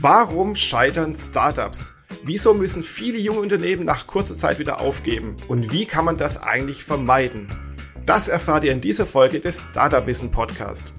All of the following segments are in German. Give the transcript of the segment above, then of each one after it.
Warum scheitern Startups? Wieso müssen viele junge Unternehmen nach kurzer Zeit wieder aufgeben? Und wie kann man das eigentlich vermeiden? Das erfahrt ihr in dieser Folge des Startup Wissen Podcast.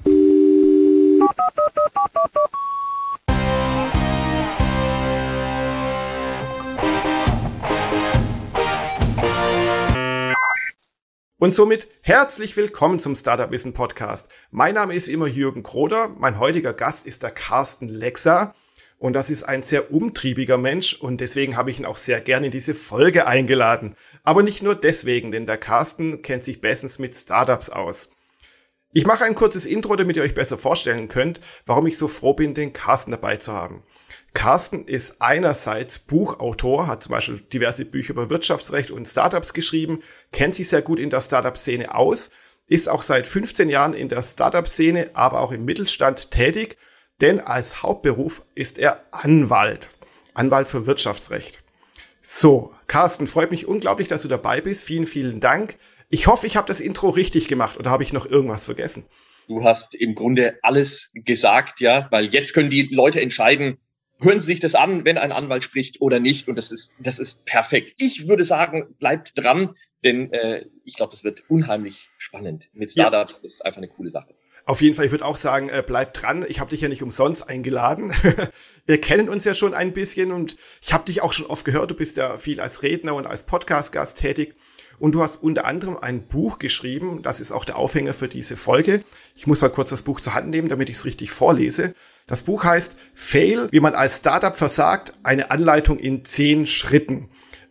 Und somit herzlich willkommen zum Startup Wissen Podcast. Mein Name ist wie immer Jürgen Kroder. Mein heutiger Gast ist der Carsten Lexer. Und das ist ein sehr umtriebiger Mensch und deswegen habe ich ihn auch sehr gerne in diese Folge eingeladen. Aber nicht nur deswegen, denn der Carsten kennt sich bestens mit Startups aus. Ich mache ein kurzes Intro, damit ihr euch besser vorstellen könnt, warum ich so froh bin, den Carsten dabei zu haben. Carsten ist einerseits Buchautor, hat zum Beispiel diverse Bücher über Wirtschaftsrecht und Startups geschrieben, kennt sich sehr gut in der Startup-Szene aus, ist auch seit 15 Jahren in der Startup-Szene, aber auch im Mittelstand tätig, denn als Hauptberuf ist er Anwalt für Wirtschaftsrecht. So, Carsten, freut mich unglaublich, dass du dabei bist. Vielen, vielen Dank. Ich hoffe, ich habe das Intro richtig gemacht oder habe ich noch irgendwas vergessen? Du hast im Grunde alles gesagt, ja, weil jetzt können die Leute entscheiden, hören sie sich das an, wenn ein Anwalt spricht oder nicht. Und das ist perfekt. Ich würde sagen, bleibt dran, denn ich glaube, das wird unheimlich spannend mit Startups. Ja. Das ist einfach eine coole Sache. Auf jeden Fall, ich würde auch sagen, bleib dran. Ich habe dich ja nicht umsonst eingeladen. Wir kennen uns ja schon ein bisschen und ich habe dich auch schon oft gehört. Du bist ja viel als Redner und als Podcast-Gast tätig. Und du hast unter anderem ein Buch geschrieben. Das ist auch der Aufhänger für diese Folge. Ich muss mal kurz das Buch zur Hand nehmen, damit ich es richtig vorlese. Das Buch heißt Fail, wie man als Startup versagt. Eine Anleitung in 10 Schritten.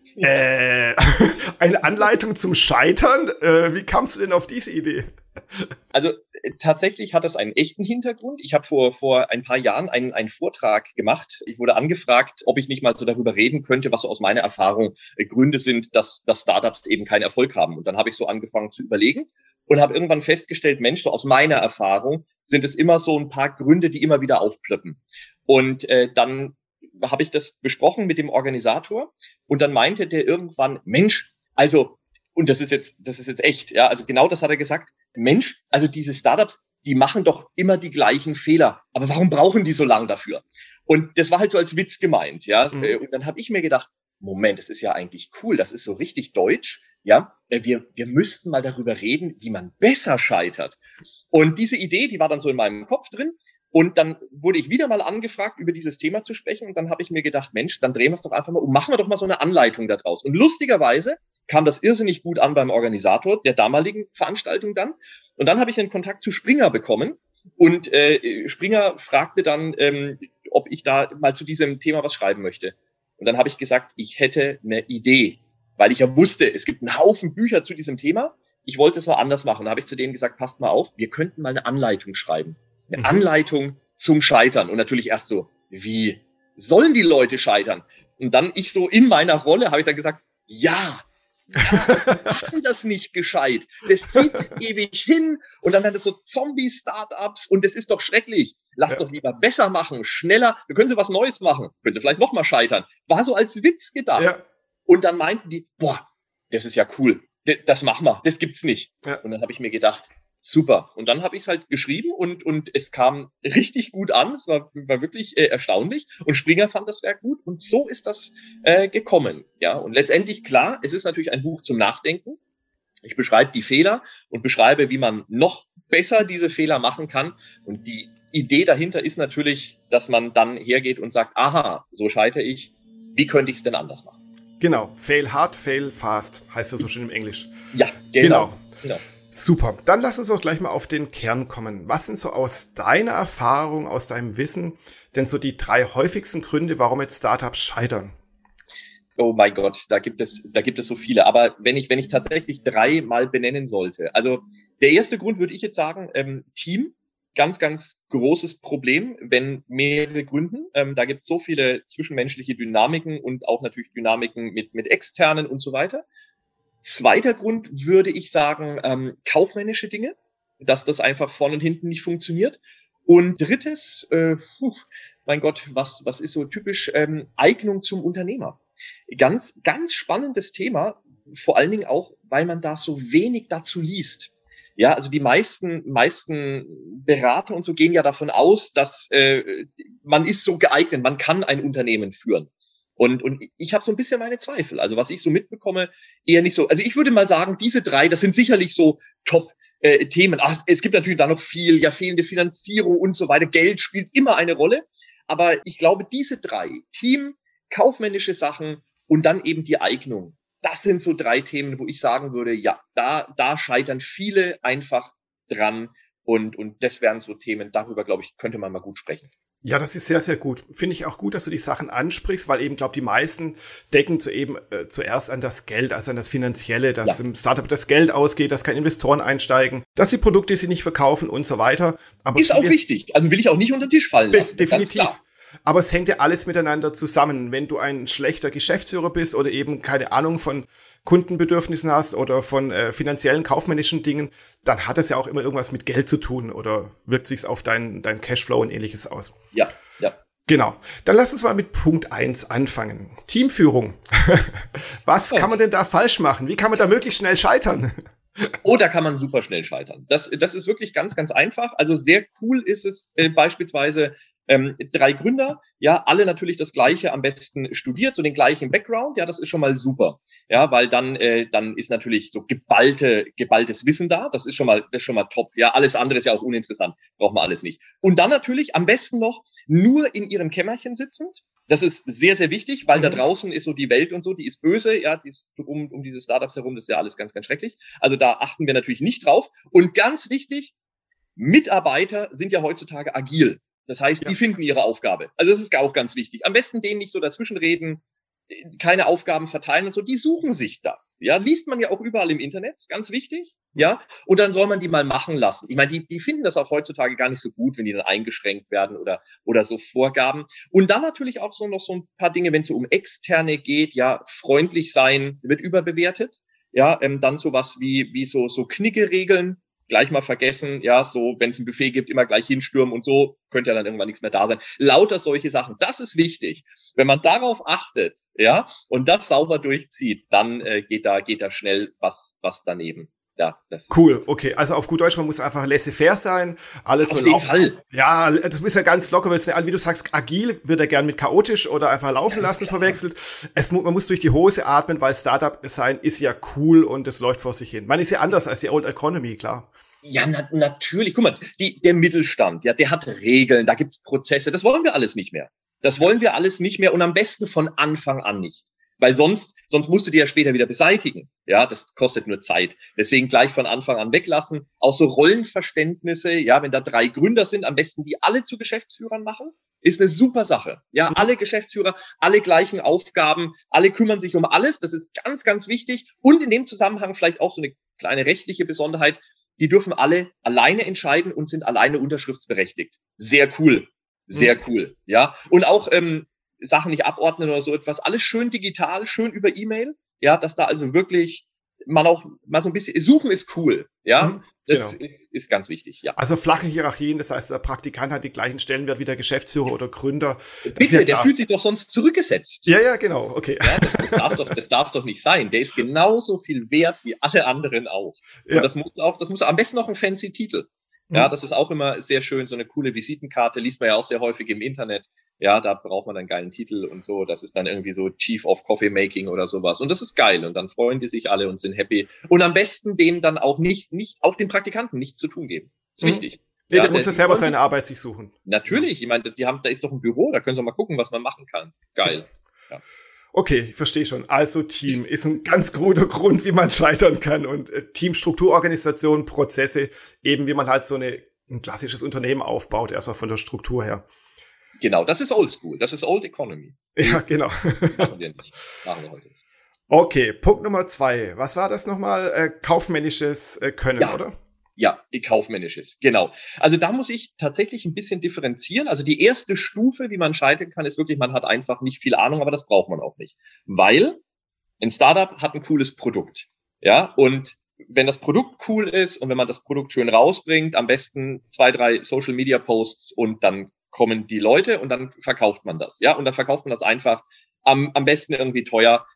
Eine Anleitung zum Scheitern? Wie kamst du denn auf diese Idee? Also tatsächlich hat das einen echten Hintergrund. Ich habe vor ein paar Jahren einen Vortrag gemacht. Ich wurde angefragt, ob ich nicht mal so darüber reden könnte, was so aus meiner Erfahrung Gründe sind, dass Startups eben keinen Erfolg haben. Und dann habe ich so angefangen zu überlegen und habe irgendwann festgestellt, Mensch, so aus meiner Erfahrung sind es immer so ein paar Gründe, die immer wieder aufplöppen. Und dann habe ich das besprochen mit dem Organisator und dann meinte der irgendwann, Mensch, also, und das ist jetzt echt, ja, also genau das hat er gesagt, Mensch, also diese Startups, die machen doch immer die gleichen Fehler, aber warum brauchen die so lang dafür? Und das war halt so als Witz gemeint, ja, und dann habe ich mir gedacht, Moment, das ist ja eigentlich cool, das ist so richtig deutsch, ja, wir müssten mal darüber reden, wie man besser scheitert. Und diese Idee, die war dann so in meinem Kopf drin. Und dann wurde ich wieder mal angefragt, über dieses Thema zu sprechen. Und dann habe ich mir gedacht, Mensch, dann drehen wir es doch einfach mal um. Machen wir doch mal so eine Anleitung da draus. Und lustigerweise kam das irrsinnig gut an beim Organisator der damaligen Veranstaltung dann. Und dann habe ich einen Kontakt zu Springer bekommen. Und Springer fragte dann, ob ich da mal zu diesem Thema was schreiben möchte. Und dann habe ich gesagt, ich hätte eine Idee. Weil ich ja wusste, es gibt einen Haufen Bücher zu diesem Thema. Ich wollte es mal anders machen. Da habe ich zu denen gesagt, passt mal auf, wir könnten mal eine Anleitung schreiben. Eine Anleitung zum Scheitern. Und natürlich erst so, wie sollen die Leute scheitern? Und dann ich so in meiner Rolle habe ich dann gesagt, ja, wir machen das nicht gescheit. Das zieht sich ewig hin und dann werden das so Zombie-Startups und das ist doch schrecklich. Lass doch lieber besser machen, schneller. Wir können so was Neues machen. Könnte vielleicht noch mal scheitern. War so als Witz gedacht. Ja. Und dann meinten die, boah, das ist ja cool. Das machen wir. Das gibt's nicht. Ja. Und dann habe ich mir gedacht, super. Und dann habe ich es halt geschrieben und es kam richtig gut an. Es war wirklich erstaunlich. Und Springer fand das Werk gut. Und so ist das gekommen. Ja. Und letztendlich, klar, es ist natürlich ein Buch zum Nachdenken. Ich beschreibe die Fehler und beschreibe, wie man noch besser diese Fehler machen kann. Und die Idee dahinter ist natürlich, dass man dann hergeht und sagt, aha, so scheitere ich. Wie könnte ich es denn anders machen? Genau. Fail hard, fail fast, heißt das so schön im Englisch. Ja, genau. Super, dann lass uns doch gleich mal auf den Kern kommen. Was sind so aus deiner Erfahrung, aus deinem Wissen, denn so die 3 häufigsten Gründe, warum jetzt Startups scheitern? Oh mein Gott, da gibt es so viele. Aber wenn ich tatsächlich 3 mal benennen sollte. Also der erste Grund würde ich jetzt sagen, Team. Ganz, ganz großes Problem, wenn mehrere gründen. Da gibt es so viele zwischenmenschliche Dynamiken und auch natürlich Dynamiken mit Externen und so weiter. Zweiter Grund würde ich sagen, kaufmännische Dinge, dass das einfach vorne und hinten nicht funktioniert. Und drittes, mein Gott, was ist so typisch, Eignung zum Unternehmer. Ganz, ganz spannendes Thema, vor allen Dingen auch, weil man da so wenig dazu liest. Ja, also die meisten Berater und so gehen ja davon aus, dass man ist so geeignet, man kann ein Unternehmen führen. Und ich habe so ein bisschen meine Zweifel. Also was ich so mitbekomme, eher nicht so. Also ich würde mal sagen, diese 3, das sind sicherlich so Top-Themen. Es gibt natürlich da noch viel, ja, fehlende Finanzierung und so weiter. Geld spielt immer eine Rolle. Aber ich glaube, diese 3, Team, kaufmännische Sachen und dann eben die Eignung, das sind so 3 Themen, wo ich sagen würde, ja, da scheitern viele einfach dran. Und das wären so Themen, darüber, glaube ich, könnte man mal gut sprechen. Ja, das ist sehr, sehr gut. Finde ich auch gut, dass du die Sachen ansprichst, weil eben, glaube die meisten denken zuerst an das Geld, also an das Finanzielle, dass im Startup das Geld ausgeht, dass keine Investoren einsteigen, dass die Produkte sie nicht verkaufen und so weiter. Aber ist auch wichtig. Also will ich auch nicht unter den Tisch fallen lassen. Definitiv. Aber es hängt ja alles miteinander zusammen. Wenn du ein schlechter Geschäftsführer bist oder eben keine Ahnung von Kundenbedürfnissen hast oder von finanziellen, kaufmännischen Dingen, dann hat es ja auch immer irgendwas mit Geld zu tun oder wirkt sich auf dein Cashflow und ähnliches aus. Ja. Genau. Dann lass uns mal mit Punkt 1 anfangen. Teamführung. Was kann man denn da falsch machen? Wie kann man da möglichst schnell scheitern? Oh, da kann man super schnell scheitern. Das ist wirklich ganz, ganz einfach. Also sehr cool ist es beispielsweise 3 Gründer, ja, alle natürlich das Gleiche am besten studiert, so den gleichen Background, ja, das ist schon mal super, ja, weil dann ist natürlich so geballtes Wissen da, das ist schon mal top, ja, alles andere ist ja auch uninteressant, braucht man alles nicht. Und dann natürlich am besten noch nur in ihrem Kämmerchen sitzend. Das ist sehr, sehr wichtig, weil da draußen ist so die Welt und so, die ist böse, ja, die ist um diese Startups herum, das ist ja alles ganz, ganz schrecklich. Also da achten wir natürlich nicht drauf. Und ganz wichtig, Mitarbeiter sind ja heutzutage agil. Das heißt, die finden ihre Aufgabe. Also das ist auch ganz wichtig. Am besten denen nicht so dazwischenreden, keine Aufgaben verteilen und so. Die suchen sich das. Ja, liest man ja auch überall im Internet, ist ganz wichtig. Ja, und dann soll man die mal machen lassen. Ich meine, die finden das auch heutzutage gar nicht so gut, wenn die dann eingeschränkt werden oder so Vorgaben. Und dann natürlich auch so noch so ein paar Dinge, wenn es so um Externe geht. Ja, freundlich sein wird überbewertet. Ja, dann sowas wie so Knicke-Regeln. Gleich mal vergessen, ja, so, wenn es ein Buffet gibt, immer gleich hinstürmen und so, könnte ja dann irgendwann nichts mehr da sein. Lauter solche Sachen, das ist wichtig. Wenn man darauf achtet, ja, und das sauber durchzieht, dann geht da schnell was daneben. Ja, das ist cool, okay. Also auf gut Deutsch, man muss einfach laissez-faire sein. Alles auf jeden Fall. Ja, das ist ja ganz locker, wie du sagst, agil wird er gern mit chaotisch oder einfach laufen lassen verwechselt. Man muss durch die Hose atmen, weil Startup sein ist ja cool und es läuft vor sich hin. Man ist ja anders als die Old Economy, klar. Ja, natürlich. Guck mal, der Mittelstand, ja, der hat Regeln, da gibt's Prozesse. Das wollen wir alles nicht mehr. Das wollen wir alles nicht mehr und am besten von Anfang an nicht. Weil sonst musst du die ja später wieder beseitigen. Ja, das kostet nur Zeit. Deswegen gleich von Anfang an weglassen. Auch so Rollenverständnisse, ja, wenn da 3 Gründer sind, am besten die alle zu Geschäftsführern machen, ist eine super Sache. Ja, alle Geschäftsführer, alle gleichen Aufgaben, alle kümmern sich um alles. Das ist ganz, ganz wichtig. Und in dem Zusammenhang vielleicht auch so eine kleine rechtliche Besonderheit. Die dürfen alle alleine entscheiden und sind alleine unterschriftsberechtigt. Sehr cool. Sehr cool. Ja. Und auch, Sachen nicht abordnen oder so etwas. Alles schön digital, schön über E-Mail. Ja, dass da also wirklich man auch mal so ein bisschen, suchen ist cool. Ja, das ist ganz wichtig. Ja. Also flache Hierarchien, das heißt, der Praktikant hat die gleichen Stellenwert wie der Geschäftsführer oder Gründer. Bitte, ja, der fühlt sich doch sonst zurückgesetzt. Ja, genau, okay. Ja, das darf doch nicht sein. Der ist genauso viel wert wie alle anderen auch. Und das muss am besten noch ein fancy Titel. Ja, das ist auch immer sehr schön, so eine coole Visitenkarte, liest man ja auch sehr häufig im Internet. Ja, da braucht man einen geilen Titel und so. Das ist dann irgendwie so Chief of Coffee Making oder sowas. Und das ist geil. Und dann freuen die sich alle und sind happy. Und am besten denen dann auch nicht auch den Praktikanten nichts zu tun geben. Das ist wichtig. Nee, der muss ja selber seine Arbeit sich suchen. Natürlich. Ich meine, da ist doch ein Büro. Da können sie mal gucken, was man machen kann. Geil. Ja. Okay, ich verstehe schon. Also Team ist ein ganz guter Grund, wie man scheitern kann. Und Teamstrukturorganisation, Prozesse, eben wie man halt so ein klassisches Unternehmen aufbaut, erstmal von der Struktur her. Genau, das ist Oldschool, das ist Old Economy. Ja, genau. Machen wir nicht. Machen wir heute nicht. Okay, Punkt Nummer 2. Was war das nochmal? Kaufmännisches Können, oder? Ja, kaufmännisches, genau. Also da muss ich tatsächlich ein bisschen differenzieren. Also die erste Stufe, wie man scheitern kann, ist wirklich, man hat einfach nicht viel Ahnung, aber das braucht man auch nicht. Weil ein Startup hat ein cooles Produkt. Ja, und wenn das Produkt cool ist und wenn man das Produkt schön rausbringt, am besten 2, 3 Social Media Posts und dann kommen die Leute und dann verkauft man das. Ja, und dann verkauft man das einfach am besten irgendwie teuer.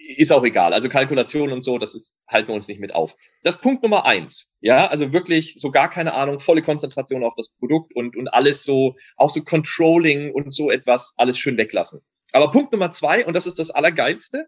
ist auch egal. Also Kalkulation und so, halten wir uns nicht mit auf. Das Punkt Nummer 1. Ja, also wirklich so gar keine Ahnung, volle Konzentration auf das Produkt und alles so, auch so Controlling und so etwas, alles schön weglassen. Aber Punkt Nummer 2, und das ist das Allergeilste,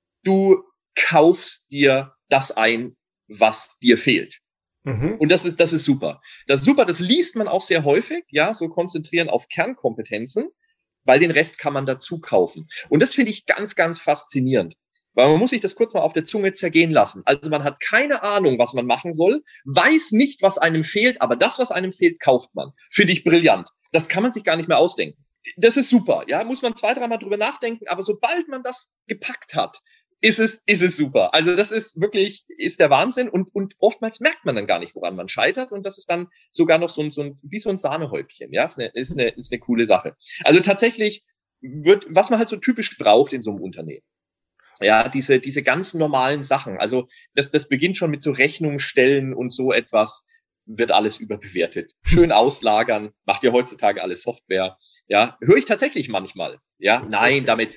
du kaufst dir das ein, was dir fehlt. Und das ist super. Das ist super, das liest man auch sehr häufig, ja, so konzentrieren auf Kernkompetenzen, weil den Rest kann man dazu kaufen. Und das finde ich ganz, ganz faszinierend. Weil man muss sich das kurz mal auf der Zunge zergehen lassen. Also man hat keine Ahnung, was man machen soll, weiß nicht, was einem fehlt, aber das, was einem fehlt, kauft man. Finde ich brillant. Das kann man sich gar nicht mehr ausdenken. Das ist super, ja, muss man 2-3 Mal drüber nachdenken, aber sobald man das gepackt hat, ist es super. Also das ist der Wahnsinn und oftmals merkt man dann gar nicht, woran man scheitert und das ist dann sogar noch wie so ein Sahnehäubchen, ja, ist eine coole Sache. Also tatsächlich was man halt so typisch braucht in so einem Unternehmen. Ja, diese ganzen normalen Sachen. Also das beginnt schon mit so Rechnungen stellen und so etwas, wird alles überbewertet. Schön auslagern, macht ja heutzutage alles Software. Ja, höre ich tatsächlich manchmal. Ja, nein, damit.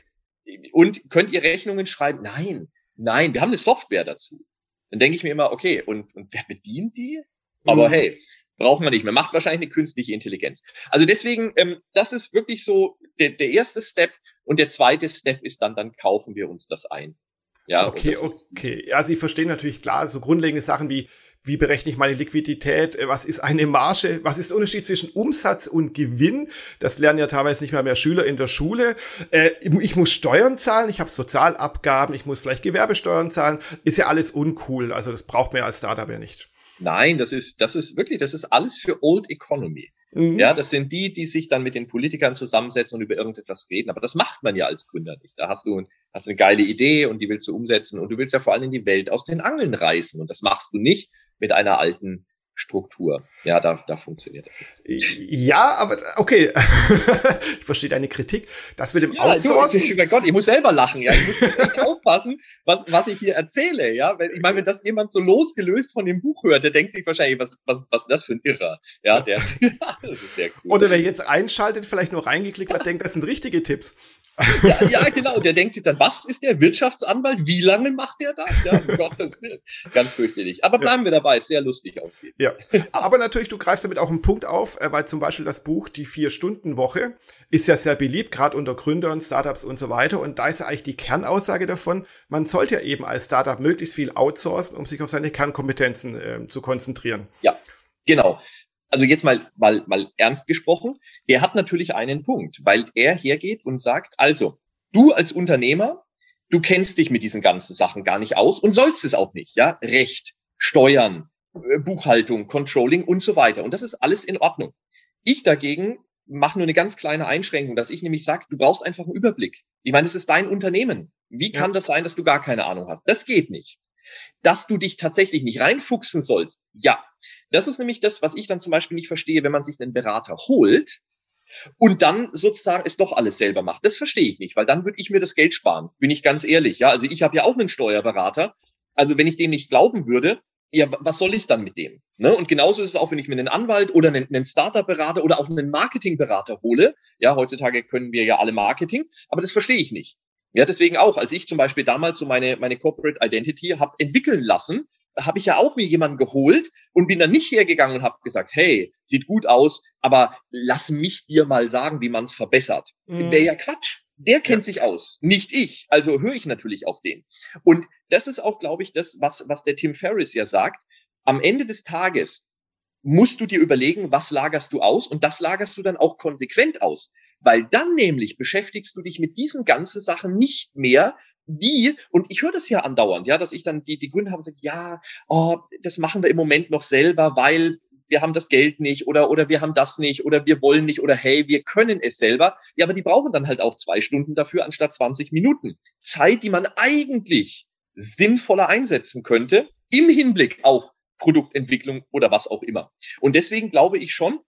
Und könnt ihr Rechnungen schreiben? Nein, wir haben eine Software dazu. Dann denke ich mir immer, okay, und wer bedient die? Aber hey, braucht man nicht mehr. Macht wahrscheinlich eine künstliche Intelligenz. Also deswegen, das ist wirklich so der erste Step. Und der zweite Step ist dann kaufen wir uns das ein. Ja. Okay. Ja, Sie verstehen natürlich klar, so grundlegende Sachen wie berechne ich meine Liquidität? Was ist eine Marge? Was ist der Unterschied zwischen Umsatz und Gewinn? Das lernen ja teilweise nicht mal mehr Schüler in der Schule. Ich muss Steuern zahlen, ich habe Sozialabgaben, ich muss vielleicht Gewerbesteuern zahlen. Ist ja alles uncool. Also das braucht man ja als Startup ja nicht. Nein, das ist alles für Old Economy. Ja, das sind die sich dann mit den Politikern zusammensetzen und über irgendetwas reden. Aber das macht man ja als Gründer nicht. Da hast du eine geile Idee und die willst du umsetzen und du willst ja vor allem die Welt aus den Angeln reißen. Und das machst du nicht mit einer alten Struktur. Ja, da funktioniert das nicht. Ja, aber okay. Ich verstehe deine Kritik. Das mit dem Outsourcen. Mein Gott, ich muss selber lachen. Ja, ich muss echt aufpassen, was ich hier erzähle. Ja, wenn das jemand so losgelöst von dem Buch hört, der denkt sich wahrscheinlich, was ist das für ein Irrer? Ja, das ist sehr cool. Oder wer jetzt einschaltet, vielleicht nur reingeklickt hat, denkt, das sind richtige Tipps. Ja, genau. Der denkt sich dann, was ist der Wirtschaftsanwalt? Wie lange macht der das? Ja, um Gottes Willen. Ganz fürchterlich. Aber bleiben wir dabei. Ist sehr lustig auf jeden Fall. Ja, aber natürlich, du greifst damit auch einen Punkt auf, weil zum Beispiel das Buch Die 4-Stunden-Woche ist ja sehr beliebt, gerade unter Gründern, Startups und so weiter. Und da ist ja eigentlich die Kernaussage davon, man sollte ja eben als Startup möglichst viel outsourcen, um sich auf seine Kernkompetenzen zu konzentrieren. Ja, genau. Also jetzt mal ernst gesprochen, der hat natürlich einen Punkt, weil er hergeht und sagt, also, du als Unternehmer, du kennst dich mit diesen ganzen Sachen gar nicht aus und sollst es auch nicht, ja? Recht, Steuern, Buchhaltung, Controlling und so weiter. Und das ist alles in Ordnung. Ich dagegen mache nur eine ganz kleine Einschränkung, dass ich nämlich sage, du brauchst einfach einen Überblick. Ich meine, das ist dein Unternehmen. Wie kann das sein, dass du gar keine Ahnung hast? Das geht nicht. Dass du dich tatsächlich nicht reinfuchsen sollst, ja. Das ist nämlich das, was ich dann zum Beispiel nicht verstehe, wenn man sich einen Berater holt und dann sozusagen es doch alles selber macht. Das verstehe ich nicht, weil dann würde ich mir das Geld sparen, bin ich ganz ehrlich. Ja, also ich habe ja auch einen Steuerberater. Also wenn ich dem nicht glauben würde, ja, was soll ich dann mit dem? Ne? Und genauso ist es auch, wenn ich mir einen Anwalt oder einen Startup-Berater oder auch einen Marketing-Berater hole. Ja, heutzutage können wir ja alle Marketing, aber das verstehe ich nicht. Ja, deswegen auch, als ich zum Beispiel damals so meine Corporate Identity habe entwickeln lassen, habe ich ja auch mir jemanden geholt und bin dann nicht hergegangen und habe gesagt, hey, sieht gut aus, aber lass mich dir mal sagen, wie man es verbessert. Wäre ja Quatsch. Der kennt sich aus, nicht ich. Also höre ich natürlich auf den. Und das ist auch, glaube ich, das, was der Tim Ferriss ja sagt. Am Ende des Tages musst du dir überlegen, was lagerst du aus? Und das lagerst du dann auch konsequent aus. Weil dann nämlich beschäftigst du dich mit diesen ganzen Sachen nicht mehr, und ich höre das ja andauernd, ja, dass ich dann die Gründer haben gesagt, ja, das machen wir im Moment noch selber, weil wir haben das Geld nicht oder wir haben das nicht oder wir wollen nicht oder hey, wir können es selber. Ja, aber die brauchen dann halt auch 2 Stunden dafür anstatt 20 Minuten. Zeit, die man eigentlich sinnvoller einsetzen könnte im Hinblick auf Produktentwicklung oder was auch immer. Und deswegen glaube ich schon,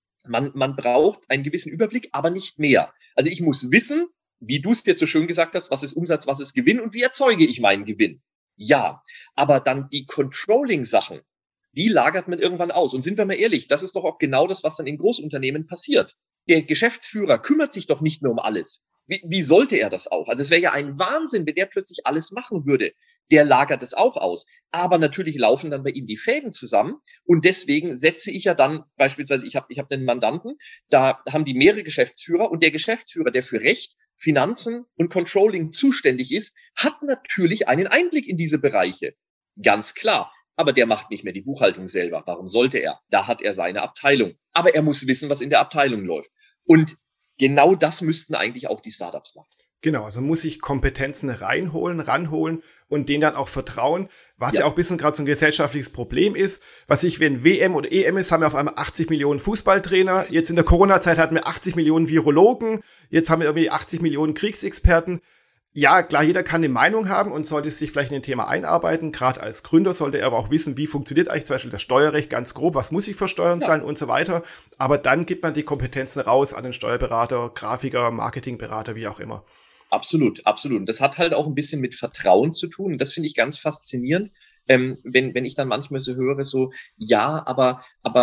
man braucht einen gewissen Überblick, aber nicht mehr. Also ich muss wissen, wie du es jetzt so schön gesagt hast, was ist Umsatz, was ist Gewinn und wie erzeuge ich meinen Gewinn? Ja, aber dann die Controlling-Sachen, die lagert man irgendwann aus. Und sind wir mal ehrlich, das ist doch auch genau das, was dann in Großunternehmen passiert. Der Geschäftsführer kümmert sich doch nicht mehr um alles. Wie sollte er das auch? Also es wäre ja ein Wahnsinn, wenn der plötzlich alles machen würde. Der lagert es auch aus. Aber natürlich laufen dann bei ihm die Fäden zusammen. Und deswegen setze ich ja dann beispielsweise, ich hab einen Mandanten, da haben die mehrere Geschäftsführer und der Geschäftsführer, der für Recht, Finanzen und Controlling zuständig ist, hat natürlich einen Einblick in diese Bereiche. Ganz klar. Aber der macht nicht mehr die Buchhaltung selber. Warum sollte er? Da hat er seine Abteilung. Aber er muss wissen, was in der Abteilung läuft. Und genau das müssten eigentlich auch die Startups machen. Genau, also muss ich Kompetenzen ranholen und denen dann auch vertrauen, was ja auch ein bisschen gerade so ein gesellschaftliches Problem ist. Wenn WM oder EM ist, haben wir auf einmal 80 Millionen Fußballtrainer. Jetzt in der Corona-Zeit hatten wir 80 Millionen Virologen. Jetzt haben wir irgendwie 80 Millionen Kriegsexperten. Ja, klar, jeder kann eine Meinung haben und sollte sich vielleicht in ein Thema einarbeiten. Gerade als Gründer sollte er aber auch wissen, wie funktioniert eigentlich zum Beispiel das Steuerrecht ganz grob, was muss ich für Steuern zahlen und so weiter. Aber dann gibt man die Kompetenzen raus an den Steuerberater, Grafiker, Marketingberater, wie auch immer. Absolut, absolut. Und das hat halt auch ein bisschen mit Vertrauen zu tun. Und das finde ich ganz faszinierend, wenn ich dann manchmal so höre, so, ja, aber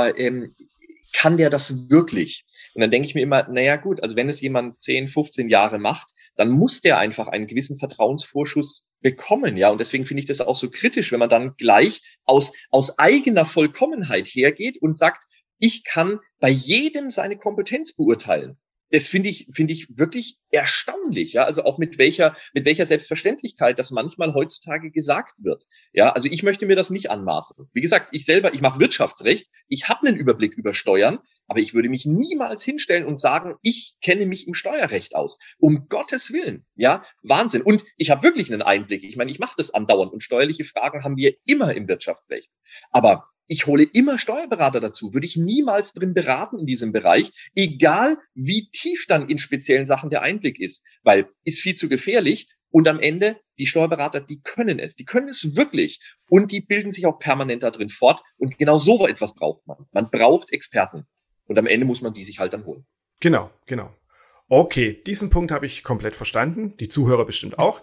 kann der das wirklich? Und dann denke ich mir immer, naja gut, also wenn es jemand 10, 15 Jahre macht, dann muss der einfach einen gewissen Vertrauensvorschuss bekommen, ja. Und deswegen finde ich das auch so kritisch, wenn man dann gleich aus eigener Vollkommenheit hergeht und sagt, ich kann bei jedem seine Kompetenz beurteilen. Das finde ich wirklich erstaunlich, ja. Also auch mit welcher Selbstverständlichkeit das manchmal heutzutage gesagt wird. Ja, also ich möchte mir das nicht anmaßen. Wie gesagt, ich mache Wirtschaftsrecht, ich habe einen Überblick über Steuern, aber ich würde mich niemals hinstellen und sagen, ich kenne mich im Steuerrecht aus. Um Gottes Willen, ja, Wahnsinn. Und ich habe wirklich einen Einblick. Ich meine, ich mache das andauernd und steuerliche Fragen haben wir immer im Wirtschaftsrecht. Aber ich hole immer Steuerberater dazu, würde ich niemals drin beraten in diesem Bereich, egal wie tief dann in speziellen Sachen der Einblick ist, weil ist viel zu gefährlich und am Ende die Steuerberater, die können es wirklich und die bilden sich auch permanent da drin fort und genau so etwas braucht man. Man braucht Experten und am Ende muss man die sich halt dann holen. Genau. Okay, diesen Punkt habe ich komplett verstanden. Die Zuhörer bestimmt auch.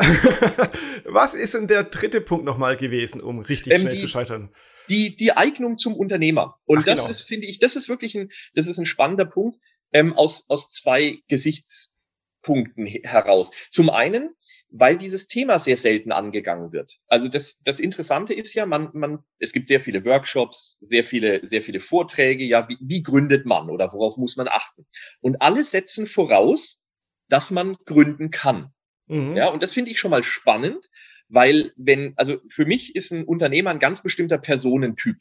Was ist denn der dritte Punkt nochmal gewesen, um richtig schnell zu scheitern? Die Eignung zum Unternehmer. Und das ist, finde ich, das ist ein spannender Punkt, aus zwei Gesichtspunkten heraus. Zum einen, weil dieses Thema sehr selten angegangen wird. Also das Interessante ist ja, es gibt sehr viele Workshops, sehr viele Vorträge, ja, wie gründet man oder worauf muss man achten? Und alle setzen voraus, dass man gründen kann. Mhm. Ja, und das finde ich schon mal spannend, weil also für mich ist ein Unternehmer ein ganz bestimmter Personentyp.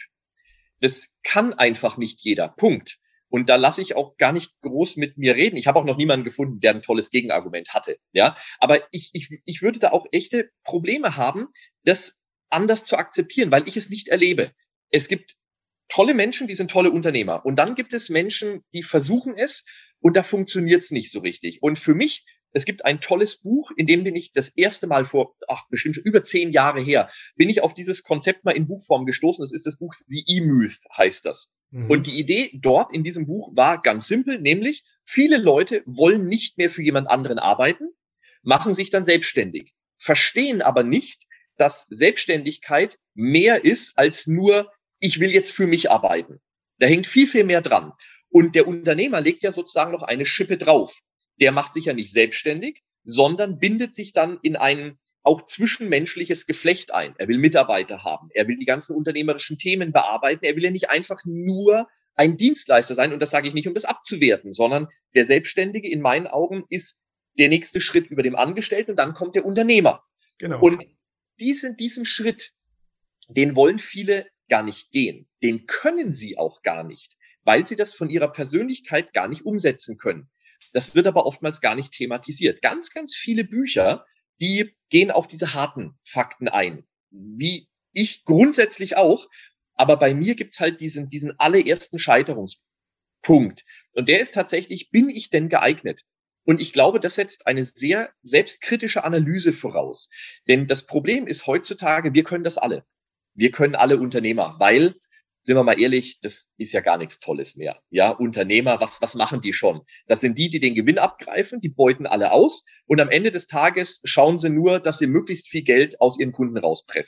Das kann einfach nicht jeder. Punkt. Und da lasse ich auch gar nicht groß mit mir reden. Ich habe auch noch niemanden gefunden, der ein tolles Gegenargument hatte. Ja, aber ich würde da auch echte Probleme haben, das anders zu akzeptieren, weil ich es nicht erlebe. Es gibt tolle Menschen, die sind tolle Unternehmer. Und dann gibt es Menschen, die versuchen es und da funktioniert es nicht so richtig. Und für mich, es gibt ein tolles Buch, in dem bin ich das erste Mal bestimmt über 10 Jahre her, bin ich auf dieses Konzept mal in Buchform gestoßen. Das ist das Buch The E-Myth, heißt das. Mhm. Und die Idee dort in diesem Buch war ganz simpel, nämlich viele Leute wollen nicht mehr für jemand anderen arbeiten, machen sich dann selbstständig, verstehen aber nicht, dass Selbstständigkeit mehr ist als nur, ich will jetzt für mich arbeiten. Da hängt viel, viel mehr dran. Und der Unternehmer legt ja sozusagen noch eine Schippe drauf. Der macht sich ja nicht selbstständig, sondern bindet sich dann in ein auch zwischenmenschliches Geflecht ein. Er will Mitarbeiter haben. Er will die ganzen unternehmerischen Themen bearbeiten. Er will ja nicht einfach nur ein Dienstleister sein. Und das sage ich nicht, um das abzuwerten, sondern der Selbstständige in meinen Augen ist der nächste Schritt über dem Angestellten und dann kommt der Unternehmer. Genau. Und diesen Schritt, den wollen viele gar nicht gehen. Den können sie auch gar nicht, weil sie das von ihrer Persönlichkeit gar nicht umsetzen können. Das wird aber oftmals gar nicht thematisiert. Ganz, ganz viele Bücher, die gehen auf diese harten Fakten ein. Wie ich grundsätzlich auch. Aber bei mir gibt's halt diesen allerersten Scheiterungspunkt. Und der ist tatsächlich, bin ich denn geeignet? Und ich glaube, das setzt eine sehr selbstkritische Analyse voraus. Denn das Problem ist heutzutage, wir können das alle. Wir können alle Unternehmer, weil, sind wir mal ehrlich, das ist ja gar nichts Tolles mehr. Ja, Unternehmer, was machen die schon? Das sind die den Gewinn abgreifen, die beuten alle aus und am Ende des Tages schauen sie nur, dass sie möglichst viel Geld aus ihren Kunden rauspressen.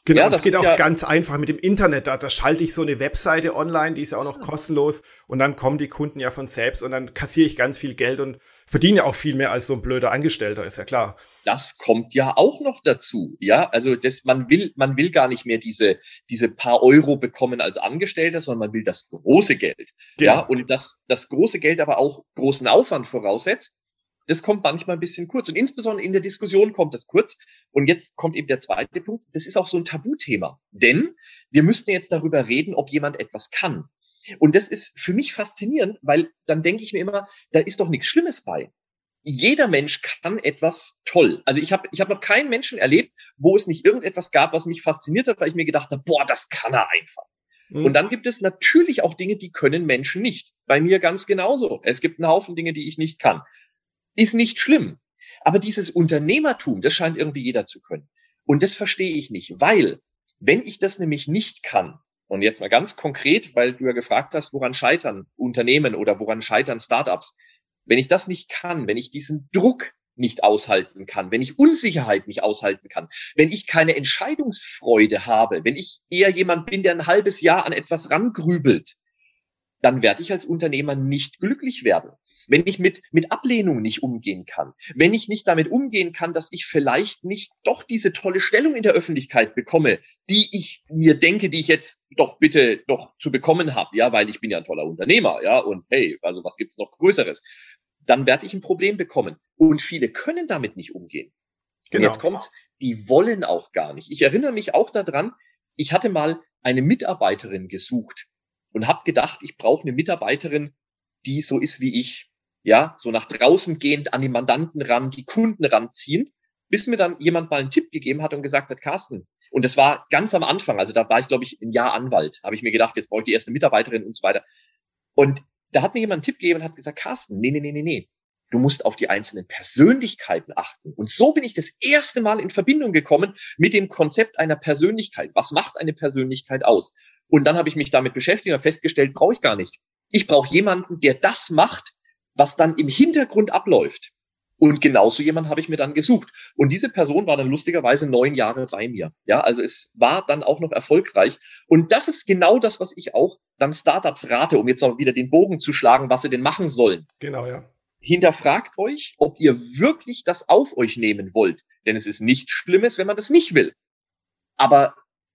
Genau, Ja, und es das geht ist auch ja, ganz einfach mit dem Internet. Da schalte ich so eine Webseite online, die ist ja auch noch kostenlos und dann kommen die Kunden ja von selbst und dann kassiere ich ganz viel Geld und verdiene ja auch viel mehr als so ein blöder Angestellter, ist ja klar. das kommt ja auch noch dazu. Ja, also man will gar nicht mehr diese paar Euro bekommen als Angestellter, sondern man will das große Geld. Ja, Genau. und das große Geld aber auch großen Aufwand voraussetzt. Das kommt manchmal ein bisschen kurz. Und insbesondere in der Diskussion kommt das kurz. Und jetzt kommt eben der zweite Punkt. Das ist auch so ein Tabuthema. Denn wir müssten jetzt darüber reden, ob jemand etwas kann. Und das ist für mich faszinierend, weil dann denke ich mir immer, da ist doch nichts Schlimmes bei. Jeder Mensch kann etwas toll. Also ich hab noch keinen Menschen erlebt, wo es nicht irgendetwas gab, was mich fasziniert hat, weil ich mir gedacht habe, boah, das kann er einfach. Und Hm, dann gibt es natürlich auch Dinge, die können Menschen nicht. Bei mir ganz genauso. Es gibt einen Haufen Dinge, die ich nicht kann. Ist nicht schlimm. Aber dieses Unternehmertum, das scheint irgendwie jeder zu können. Und das verstehe ich nicht, weil wenn ich das nämlich nicht kann, und jetzt mal ganz konkret, weil du ja gefragt hast, woran scheitern Unternehmen oder woran scheitern Startups? Wenn ich das nicht kann, wenn ich diesen Druck nicht aushalten kann, wenn ich Unsicherheit nicht aushalten kann, wenn ich keine Entscheidungsfreude habe, wenn ich eher jemand bin, der ein halbes Jahr an etwas rangrübelt, dann werde ich als Unternehmer nicht glücklich werden. Wenn ich mit Ablehnung nicht umgehen kann, wenn ich nicht damit umgehen kann, dass ich vielleicht nicht doch diese tolle Stellung in der Öffentlichkeit bekomme, die ich mir denke, die ich jetzt doch bitte doch zu bekommen habe, ja, weil ich bin ja ein toller Unternehmer, ja, und hey, also was gibt's noch Größeres? Dann werde ich ein Problem bekommen. Und viele können damit nicht umgehen. Und jetzt genau. kommt's, die wollen auch gar nicht. Ich erinnere mich auch daran, ich hatte mal eine Mitarbeiterin gesucht und habe gedacht, ich brauche eine Mitarbeiterin, die so ist wie ich. Ja, so nach draußen gehend an die Mandanten ran, die Kunden ranziehend, bis mir dann jemand mal einen Tipp gegeben hat und gesagt hat, Carsten, und das war ganz am Anfang, also da war ich, glaube ich, ein Jahr Anwalt, habe ich mir gedacht, jetzt brauche ich die erste Mitarbeiterin und so weiter. Und da hat mir jemand einen Tipp gegeben und hat gesagt, Carsten, nee. Du musst auf die einzelnen Persönlichkeiten achten. Und so bin ich das erste Mal in Verbindung gekommen mit dem Konzept einer Persönlichkeit. Was macht eine Persönlichkeit aus? Und dann habe ich mich damit beschäftigt und festgestellt, brauche ich gar nicht. Ich brauche jemanden, der das macht, was dann im Hintergrund abläuft. Und genauso jemand habe ich mir dann gesucht. Und diese Person war dann lustigerweise 9 Jahre bei mir. Ja, also es war dann auch noch erfolgreich. Und das ist genau das, was ich auch dann Startups rate, um jetzt noch wieder den Bogen zu schlagen, was sie denn machen sollen. Genau, ja. Hinterfragt euch, ob ihr wirklich das auf euch nehmen wollt. Denn es ist nichts Schlimmes, wenn man das nicht will. Aber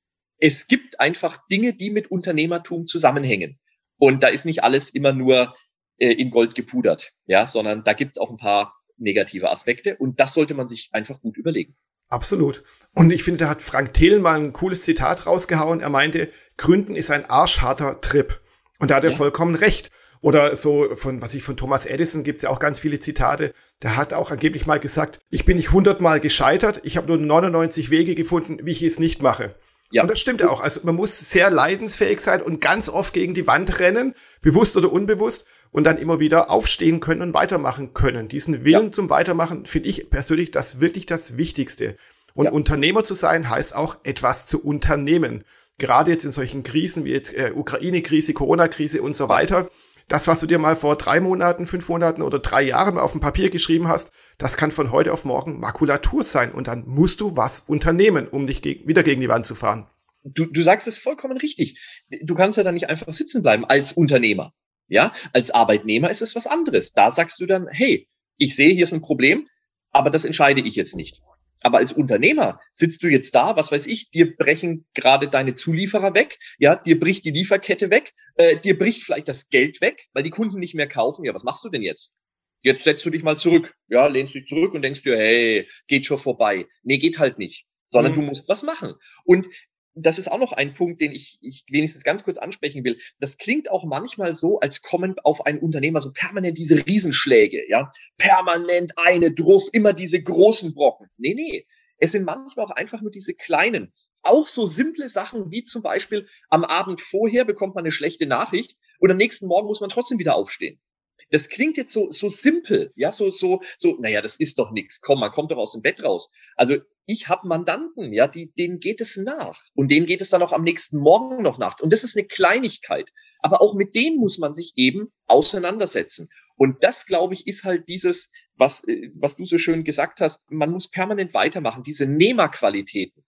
es gibt einfach Dinge, die mit Unternehmertum zusammenhängen. Und da ist nicht alles immer nur in Gold gepudert, ja, sondern da gibt es auch ein paar negative Aspekte und das sollte man sich einfach gut überlegen. Absolut. Und ich finde, da hat Frank Thelen mal ein cooles Zitat rausgehauen. Er meinte, Gründen ist ein arschharter Trip. Und da hat er Ja, vollkommen recht. Oder so von Thomas Edison gibt es ja auch ganz viele Zitate. Der hat auch angeblich mal gesagt, ich bin nicht 100-mal gescheitert, ich habe nur 99 Wege gefunden, wie ich es nicht mache. Und ja, das stimmt ja auch. Also man muss sehr leidensfähig sein und ganz oft gegen die Wand rennen, bewusst oder unbewusst, und dann immer wieder aufstehen können und weitermachen können. Diesen ja, Willen zum Weitermachen finde ich persönlich das wirklich das Wichtigste. Und ja, Unternehmer zu sein, heißt auch etwas zu unternehmen. Gerade jetzt in solchen Krisen wie jetzt Ukraine-Krise, Corona-Krise und so ja. weiter. Das, was du dir mal vor 3 Monaten, 5 Monaten oder 3 Jahren auf dem Papier geschrieben hast, das kann von heute auf morgen Makulatur sein. Und dann musst du was unternehmen, um dich wieder gegen die Wand zu fahren. Du sagst es vollkommen richtig. Du kannst ja dann nicht einfach sitzen bleiben als Unternehmer. Ja, als Arbeitnehmer ist es was anderes. Da sagst du dann, hey, ich sehe, hier ist ein Problem, aber das entscheide ich jetzt nicht. Aber als Unternehmer sitzt du jetzt da, was weiß ich, dir brechen gerade deine Zulieferer weg, ja, dir bricht die Lieferkette weg, dir bricht vielleicht das Geld weg, weil die Kunden nicht mehr kaufen. Ja, was machst du denn jetzt? Jetzt setzt du dich mal zurück, ja, lehnst dich zurück und denkst dir, hey, geht schon vorbei. Nee, geht halt nicht, sondern du Hm, musst was machen. Und das ist auch noch ein Punkt, den ich wenigstens ganz kurz ansprechen will. Das klingt auch manchmal so, als kommen auf einen Unternehmer so permanent diese Riesenschläge, ja. Permanent eine drauf, immer diese großen Brocken. Nee. Es sind manchmal auch einfach nur diese kleinen. Auch so simple Sachen wie zum Beispiel am Abend vorher bekommt man eine schlechte Nachricht und am nächsten Morgen muss man trotzdem wieder aufstehen. Das klingt jetzt so simpel, ja, naja, das ist doch nichts. Komm, man kommt doch aus dem Bett raus. Also ich habe Mandanten, ja, denen geht es nach. Und denen geht es dann auch am nächsten Morgen noch nach. Und das ist eine Kleinigkeit. Aber auch mit denen muss man sich eben auseinandersetzen. Und das, glaube ich, ist halt dieses, was du so schön gesagt hast, man muss permanent weitermachen, diese Nehmerqualitäten.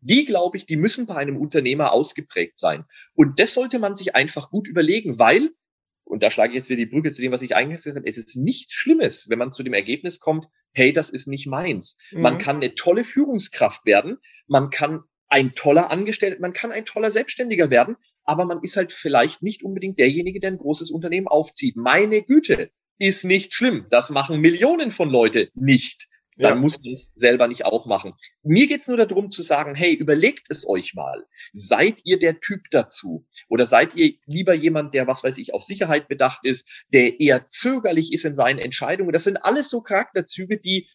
Die, glaube ich, die müssen bei einem Unternehmer ausgeprägt sein. Und das sollte man sich einfach gut überlegen, weil, und da schlage ich jetzt wieder die Brücke zu dem, was ich eigentlich gesagt habe, es ist nichts Schlimmes, wenn man zu dem Ergebnis kommt, hey, das ist nicht meins. Man kann eine tolle Führungskraft werden, man kann ein toller Angestellter, man kann ein toller Selbstständiger werden, aber man ist halt vielleicht nicht unbedingt derjenige, der ein großes Unternehmen aufzieht. Meine Güte, ist nicht schlimm. Das machen Millionen von Leute nicht. Dann muss man es selber nicht auch machen. Mir geht's nur darum zu sagen, hey, überlegt es euch mal. Seid ihr der Typ dazu? Oder seid ihr lieber jemand, der, was weiß ich, auf Sicherheit bedacht ist, der eher zögerlich ist in seinen Entscheidungen? Das sind alles so Charakterzüge, die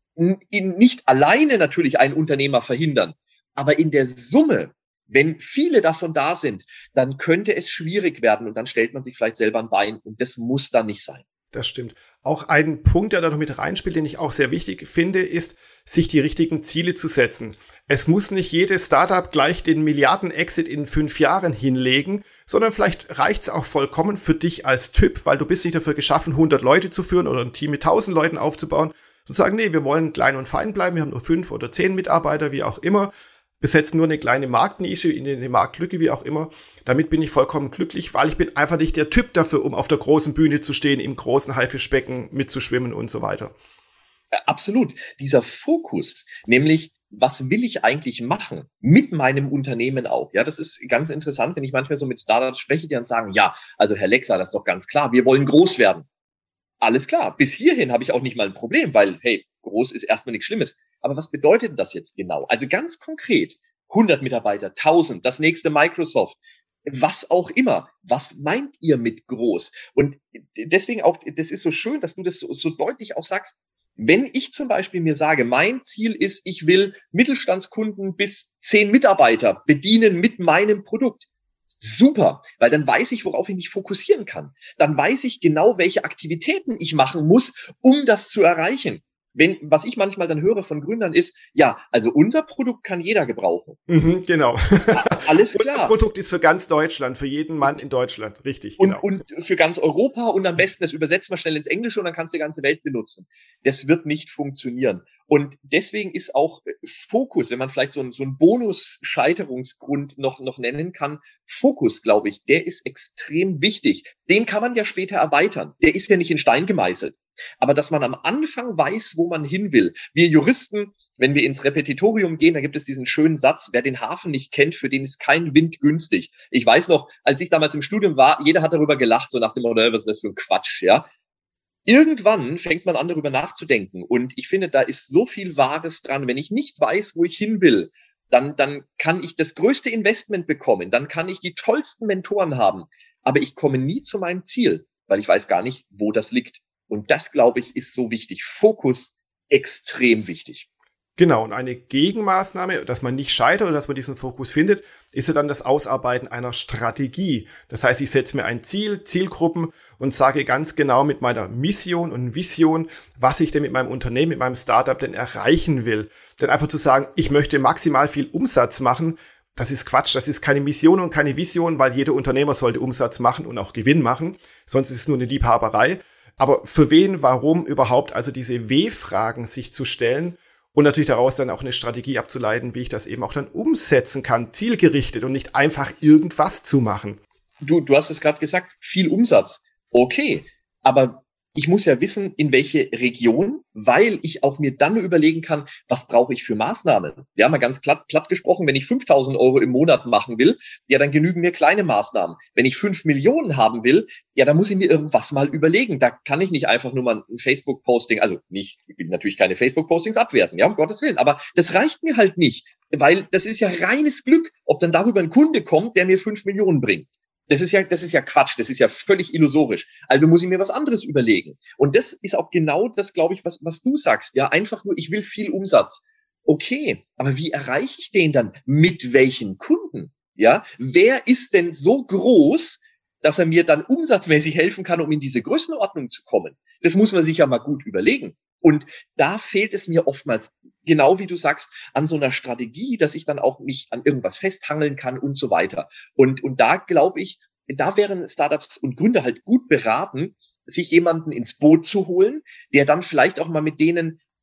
nicht alleine natürlich einen Unternehmer verhindern, aber in der Summe, wenn viele davon da sind, dann könnte es schwierig werden und dann stellt man sich vielleicht selber ein Bein und das muss dann nicht sein. Das stimmt. Auch ein Punkt, der da noch mit reinspielt, den ich auch sehr wichtig finde, ist, sich die richtigen Ziele zu setzen. Es muss nicht jedes Startup gleich den Milliarden-Exit in 5 Jahren hinlegen, sondern vielleicht reicht es auch vollkommen für dich als Typ, weil du bist nicht dafür geschaffen, 100 Leute zu führen oder ein Team mit 1000 Leuten aufzubauen. Zu sagen, nee, wir wollen klein und fein bleiben, wir haben nur 5 oder 10 Mitarbeiter, wie auch immer, besetzen nur eine kleine Marktnische in eine Marktlücke, wie auch immer. Damit bin ich vollkommen glücklich, weil ich bin einfach nicht der Typ dafür, um auf der großen Bühne zu stehen, im großen Haifischbecken mitzuschwimmen und so weiter. Absolut. Dieser Fokus, nämlich, was will ich eigentlich machen mit meinem Unternehmen auch? Ja, das ist ganz interessant, wenn ich manchmal so mit Startups spreche, die dann sagen, ja, also Herr Lexer, das ist doch ganz klar, wir wollen groß werden. Alles klar. Bis hierhin habe ich auch nicht mal ein Problem, weil, hey, groß ist erstmal nichts Schlimmes. Aber was bedeutet das jetzt genau? Also ganz konkret, 100 Mitarbeiter, 1000, das nächste Microsoft, was auch immer. Was meint ihr mit groß? Und deswegen auch, das ist so schön, dass du das so deutlich auch sagst. Wenn ich zum Beispiel mir sage, mein Ziel ist, ich will Mittelstandskunden bis 10 Mitarbeiter bedienen mit meinem Produkt. Super, weil dann weiß ich, worauf ich mich fokussieren kann. Dann weiß ich genau, welche Aktivitäten ich machen muss, um das zu erreichen. Was ich manchmal dann höre von Gründern ist, ja, also unser Produkt kann jeder gebrauchen. Genau. Alles klar. Unser Produkt ist für ganz Deutschland, für jeden Mann in Deutschland, richtig. Genau. Und für ganz Europa und am besten, das übersetzt man schnell ins Englische und dann kannst du die ganze Welt benutzen. Das wird nicht funktionieren. Und deswegen ist auch Fokus, wenn man vielleicht so einen Bonus-Scheiterungsgrund noch nennen kann, Fokus, glaube ich, der ist extrem wichtig. Den kann man ja später erweitern. Der ist ja nicht in Stein gemeißelt. Aber dass man am Anfang weiß, wo man hin will. Wir Juristen, wenn wir ins Repetitorium gehen, da gibt es diesen schönen Satz, wer den Hafen nicht kennt, für den ist kein Wind günstig. Ich weiß noch, als ich damals im Studium war, jeder hat darüber gelacht, so nach dem Motto, was ist das für ein Quatsch, ja. Irgendwann fängt man an, darüber nachzudenken. Und ich finde, da ist so viel Wahres dran. Wenn ich nicht weiß, wo ich hin will, dann kann ich das größte Investment bekommen, dann kann ich die tollsten Mentoren haben. Aber ich komme nie zu meinem Ziel, weil ich weiß gar nicht, wo das liegt. Und das, glaube ich, ist so wichtig. Fokus extrem wichtig. Genau, und eine Gegenmaßnahme, dass man nicht scheitert oder dass man diesen Fokus findet, ist ja dann das Ausarbeiten einer Strategie. Das heißt, ich setze mir ein Ziel, Zielgruppen und sage ganz genau mit meiner Mission und Vision, was ich denn mit meinem Unternehmen, mit meinem Startup denn erreichen will. Denn einfach zu sagen, ich möchte maximal viel Umsatz machen, das ist Quatsch, das ist keine Mission und keine Vision, weil jeder Unternehmer sollte Umsatz machen und auch Gewinn machen, sonst ist es nur eine Liebhaberei. Aber für wen, warum überhaupt, also diese W-Fragen sich zu stellen und natürlich daraus dann auch eine Strategie abzuleiten, wie ich das eben auch dann umsetzen kann, zielgerichtet und nicht einfach irgendwas zu machen. Du hast es gerade gesagt, viel Umsatz. Okay, aber ich muss ja wissen, in welche Region, weil ich auch mir dann überlegen kann, was brauche ich für Maßnahmen. Ja, mal ganz platt gesprochen, wenn ich 5.000 Euro im Monat machen will, ja, dann genügen mir kleine Maßnahmen. Wenn ich 5 Millionen haben will, ja, dann muss ich mir irgendwas mal überlegen. Da kann ich nicht einfach nur mal ein Facebook-Posting, also nicht, ich will natürlich keine Facebook-Postings abwerten, ja, um Gottes Willen, aber das reicht mir halt nicht, weil das ist ja reines Glück, ob dann darüber ein Kunde kommt, der mir 5 Millionen bringt. Das ist ja Quatsch, das ist ja völlig illusorisch. Also muss ich mir was anderes überlegen. Und das ist auch genau das, glaube ich, was du sagst. Ja, einfach nur, ich will viel Umsatz. Okay, aber wie erreiche ich den dann? Mit welchen Kunden? Ja, wer ist denn so groß, dass er mir dann umsatzmäßig helfen kann, um in diese Größenordnung zu kommen? Das muss man sich ja mal gut überlegen. Und da fehlt es mir oftmals, genau wie du sagst, an so einer Strategie, dass ich dann auch mich an irgendwas festhangeln kann und so weiter. Und da glaube ich, da wären Startups und Gründer halt gut beraten, sich jemanden ins Boot zu holen, der dann vielleicht auch mal mit denen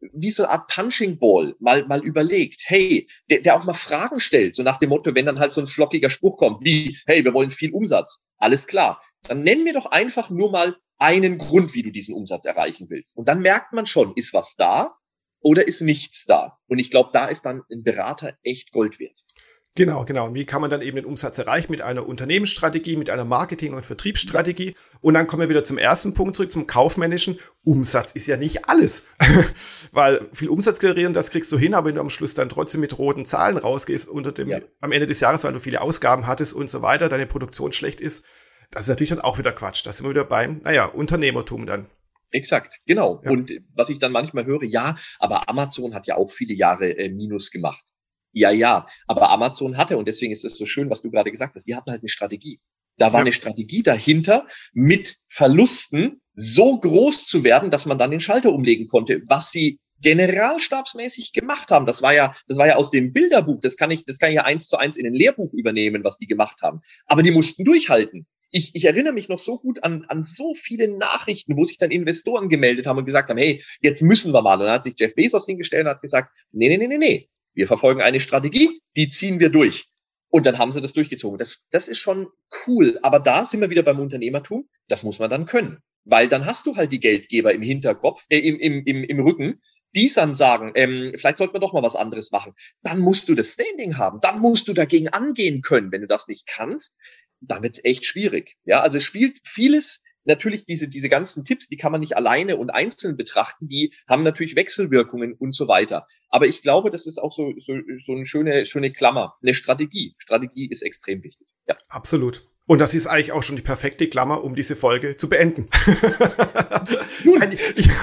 wie so eine Art Punching Ball mal überlegt, hey, der auch mal Fragen stellt, so nach dem Motto, wenn dann halt so ein flockiger Spruch kommt, wie, hey, wir wollen viel Umsatz, alles klar, dann nenn mir doch einfach nur mal einen Grund, wie du diesen Umsatz erreichen willst. Und dann merkt man schon, ist was da oder ist nichts da? Und ich glaube, da ist dann ein Berater echt Gold wert. Genau. Und wie kann man dann eben den Umsatz erreichen? Mit einer Unternehmensstrategie, mit einer Marketing- und Vertriebsstrategie. Und dann kommen wir wieder zum ersten Punkt zurück, zum kaufmännischen. Umsatz ist ja nicht alles. Weil viel Umsatz generieren, das kriegst du hin, aber wenn du am Schluss dann trotzdem mit roten Zahlen rausgehst am Ende des Jahres, weil du viele Ausgaben hattest und so weiter, deine Produktion schlecht ist, das ist natürlich dann auch wieder Quatsch. Da sind wir wieder beim, Unternehmertum dann. Exakt, genau. Ja. Und was ich dann manchmal höre, ja, aber Amazon hat ja auch viele Jahre Minus gemacht. Ja, aber Amazon hatte, und deswegen ist es so schön, was du gerade gesagt hast, die hatten halt eine Strategie. Da war eine Strategie dahinter, mit Verlusten so groß zu werden, dass man dann den Schalter umlegen konnte, was sie generalstabsmäßig gemacht haben. Das war ja aus dem Bilderbuch, das kann ich ja 1:1 in ein Lehrbuch übernehmen, was die gemacht haben. Aber die mussten durchhalten. Ich erinnere mich noch so gut an so viele Nachrichten, wo sich dann Investoren gemeldet haben und gesagt haben, hey, jetzt müssen wir mal. Und dann hat sich Jeff Bezos hingestellt und hat gesagt, nee. Wir verfolgen eine Strategie, die ziehen wir durch. Und dann haben sie das durchgezogen. Das ist schon cool. Aber da sind wir wieder beim Unternehmertum. Das muss man dann können. Weil dann hast du halt die Geldgeber im Hinterkopf, im Rücken, die dann sagen, vielleicht sollten wir doch mal was anderes machen. Dann musst du das Standing haben. Dann musst du dagegen angehen können. Wenn du das nicht kannst, dann wird's echt schwierig. Ja, also es spielt vieles. Natürlich diese ganzen Tipps, die kann man nicht alleine und einzeln betrachten, die haben natürlich Wechselwirkungen und so weiter. Aber ich glaube, das ist auch so eine schöne Klammer, eine Strategie. Strategie ist extrem wichtig. Ja. Absolut. Und das ist eigentlich auch schon die perfekte Klammer, um diese Folge zu beenden. Nein,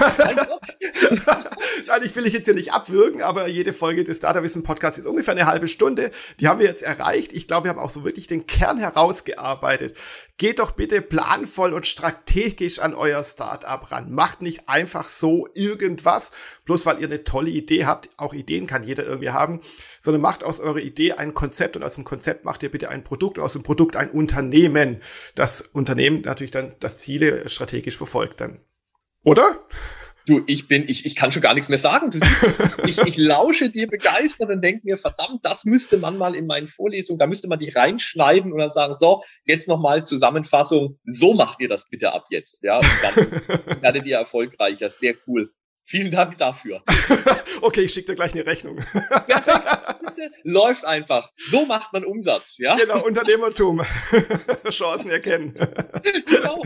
ich will dich jetzt hier nicht abwürgen, aber jede Folge des Startup-Wissen Podcasts ist ungefähr eine halbe Stunde. Die haben wir jetzt erreicht. Ich glaube, wir haben auch so wirklich den Kern herausgearbeitet. Geht doch bitte planvoll und strategisch an euer Startup ran. Macht nicht einfach so irgendwas, bloß weil ihr eine tolle Idee habt. Auch Ideen kann jeder irgendwie haben. Sondern macht aus eurer Idee ein Konzept und aus dem Konzept macht ihr bitte ein Produkt und aus dem Produkt ein Unternehmen. Das Unternehmen natürlich dann das Ziele strategisch verfolgt dann. Oder? Du, ich kann schon gar nichts mehr sagen. Du siehst, ich lausche dir begeistert und denke mir, verdammt, das müsste man mal in meinen Vorlesungen, da müsste man dich reinschneiden und dann sagen, so, jetzt nochmal Zusammenfassung, so macht ihr das bitte ab jetzt. Ja, und dann werdet ihr erfolgreicher. Sehr cool. Vielen Dank dafür. Okay, ich schicke dir gleich eine Rechnung. Perfekt. Läuft einfach. So macht man Umsatz, ja? Genau, Unternehmertum. Chancen erkennen. Genau.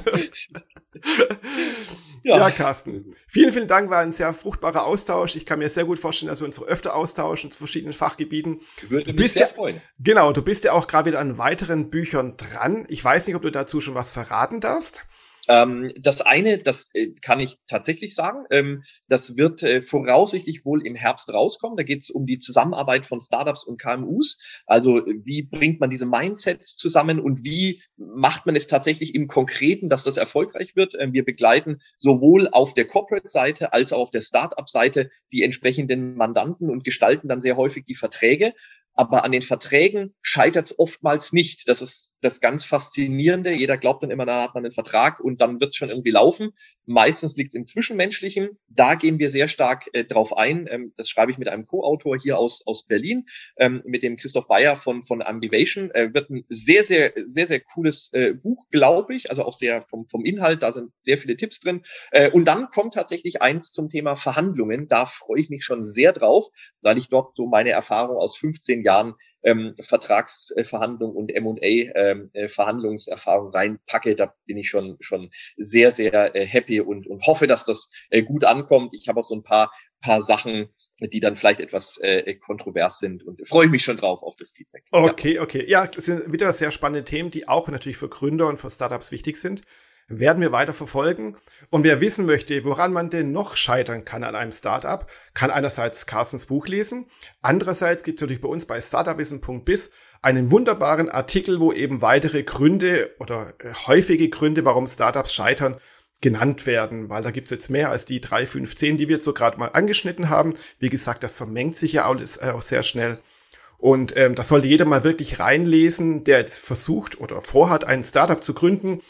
Ja, Carsten. Vielen Dank, war ein sehr fruchtbarer Austausch. Ich kann mir sehr gut vorstellen, dass wir uns öfter austauschen zu verschiedenen Fachgebieten. Würde mich sehr freuen. Genau, du bist ja auch gerade wieder an weiteren Büchern dran. Ich weiß nicht, ob du dazu schon was verraten darfst. Das eine, das kann ich tatsächlich sagen, das wird voraussichtlich wohl im Herbst rauskommen. Da geht es um die Zusammenarbeit von Startups und KMUs. Also wie bringt man diese Mindsets zusammen und wie macht man es tatsächlich im Konkreten, dass das erfolgreich wird. Wir begleiten sowohl auf der Corporate-Seite als auch auf der Startup-Seite die entsprechenden Mandanten und gestalten dann sehr häufig die Verträge. Aber an den Verträgen scheitert es oftmals nicht. Das ist das ganz Faszinierende. Jeder glaubt dann immer, da hat man einen Vertrag und dann wird es schon irgendwie laufen. Meistens liegt es im Zwischenmenschlichen. Da gehen wir sehr stark drauf ein. Das schreibe ich mit einem Co-Autor hier aus Berlin, mit dem Christoph Bayer von Ambivation. Wird ein sehr, sehr, sehr, sehr cooles Buch, glaube ich. Also auch sehr vom Inhalt. Da sind sehr viele Tipps drin. Und dann kommt tatsächlich eins zum Thema Verhandlungen. Da freue ich mich schon sehr drauf, weil ich dort so meine Erfahrung aus 15 Jahren Vertragsverhandlung und M&A Verhandlungserfahrung reinpacke. Da bin ich schon sehr, sehr happy und hoffe, dass das gut ankommt. Ich habe auch so ein paar Sachen, die dann vielleicht etwas kontrovers sind und freue mich schon drauf auf das Feedback. Okay. Ja, das sind wieder sehr spannende Themen, die auch natürlich für Gründer und für Startups wichtig sind. Werden wir weiter verfolgen. Und wer wissen möchte, woran man denn noch scheitern kann an einem Startup, kann einerseits Carstens Buch lesen. Andererseits gibt es natürlich bei uns bei startupwissen.biz einen wunderbaren Artikel, wo eben weitere Gründe oder häufige Gründe, warum Startups scheitern, genannt werden. Weil da gibt es jetzt mehr als die 3, 5, 10, die wir jetzt so gerade mal angeschnitten haben. Wie gesagt, das vermengt sich ja alles auch sehr schnell. Und das sollte jeder mal wirklich reinlesen, der jetzt versucht oder vorhat, ein Startup zu gründen.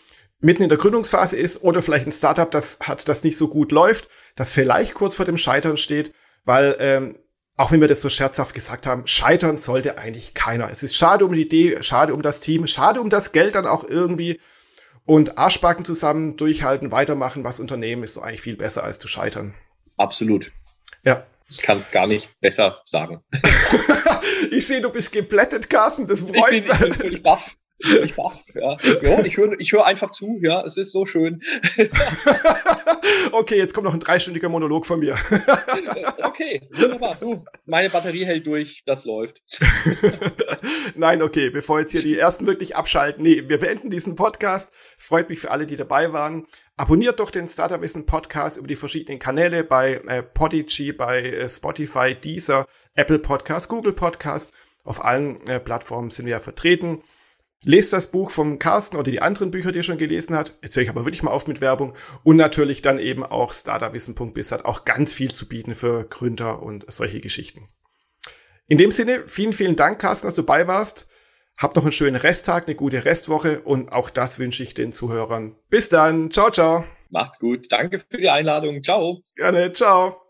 mitten in der Gründungsphase ist oder vielleicht ein Startup, das nicht so gut läuft, das vielleicht kurz vor dem Scheitern steht, weil auch wenn wir das so scherzhaft gesagt haben, scheitern sollte eigentlich keiner. Es ist schade um die Idee, schade um das Team, schade um das Geld dann auch irgendwie. Und Arschbacken zusammen, durchhalten, weitermachen, was unternehmen, ist so eigentlich viel besser als zu scheitern. Absolut. Ja. Ich kann es gar nicht besser sagen. Ich sehe, du bist geplättet, Carsten, das freut mich. Ich bin völlig baff. Ja. Ich hör einfach zu, ja, es ist so schön. Okay, jetzt kommt noch ein 3-stündiger Monolog von mir. Okay, wunderbar. Du, meine Batterie hält durch, das läuft. Nein, okay, bevor jetzt hier die Ersten wirklich abschalten, nee, wir beenden diesen Podcast. Freut mich für alle, die dabei waren. Abonniert doch den Startup Wissen Podcast über die verschiedenen Kanäle bei Podigy, bei Spotify, Deezer, Apple Podcast, Google Podcast. Auf allen Plattformen sind wir ja vertreten. Lest das Buch vom Carsten oder die anderen Bücher, die er schon gelesen hat. Jetzt höre ich aber wirklich mal auf mit Werbung. Und natürlich dann eben auch startupwissen.biz hat auch ganz viel zu bieten für Gründer und solche Geschichten. In dem Sinne, vielen, vielen Dank, Carsten, dass du dabei warst. Habt noch einen schönen Resttag, eine gute Restwoche und auch das wünsche ich den Zuhörern. Bis dann. Ciao, ciao. Macht's gut. Danke für die Einladung. Ciao. Gerne. Ciao.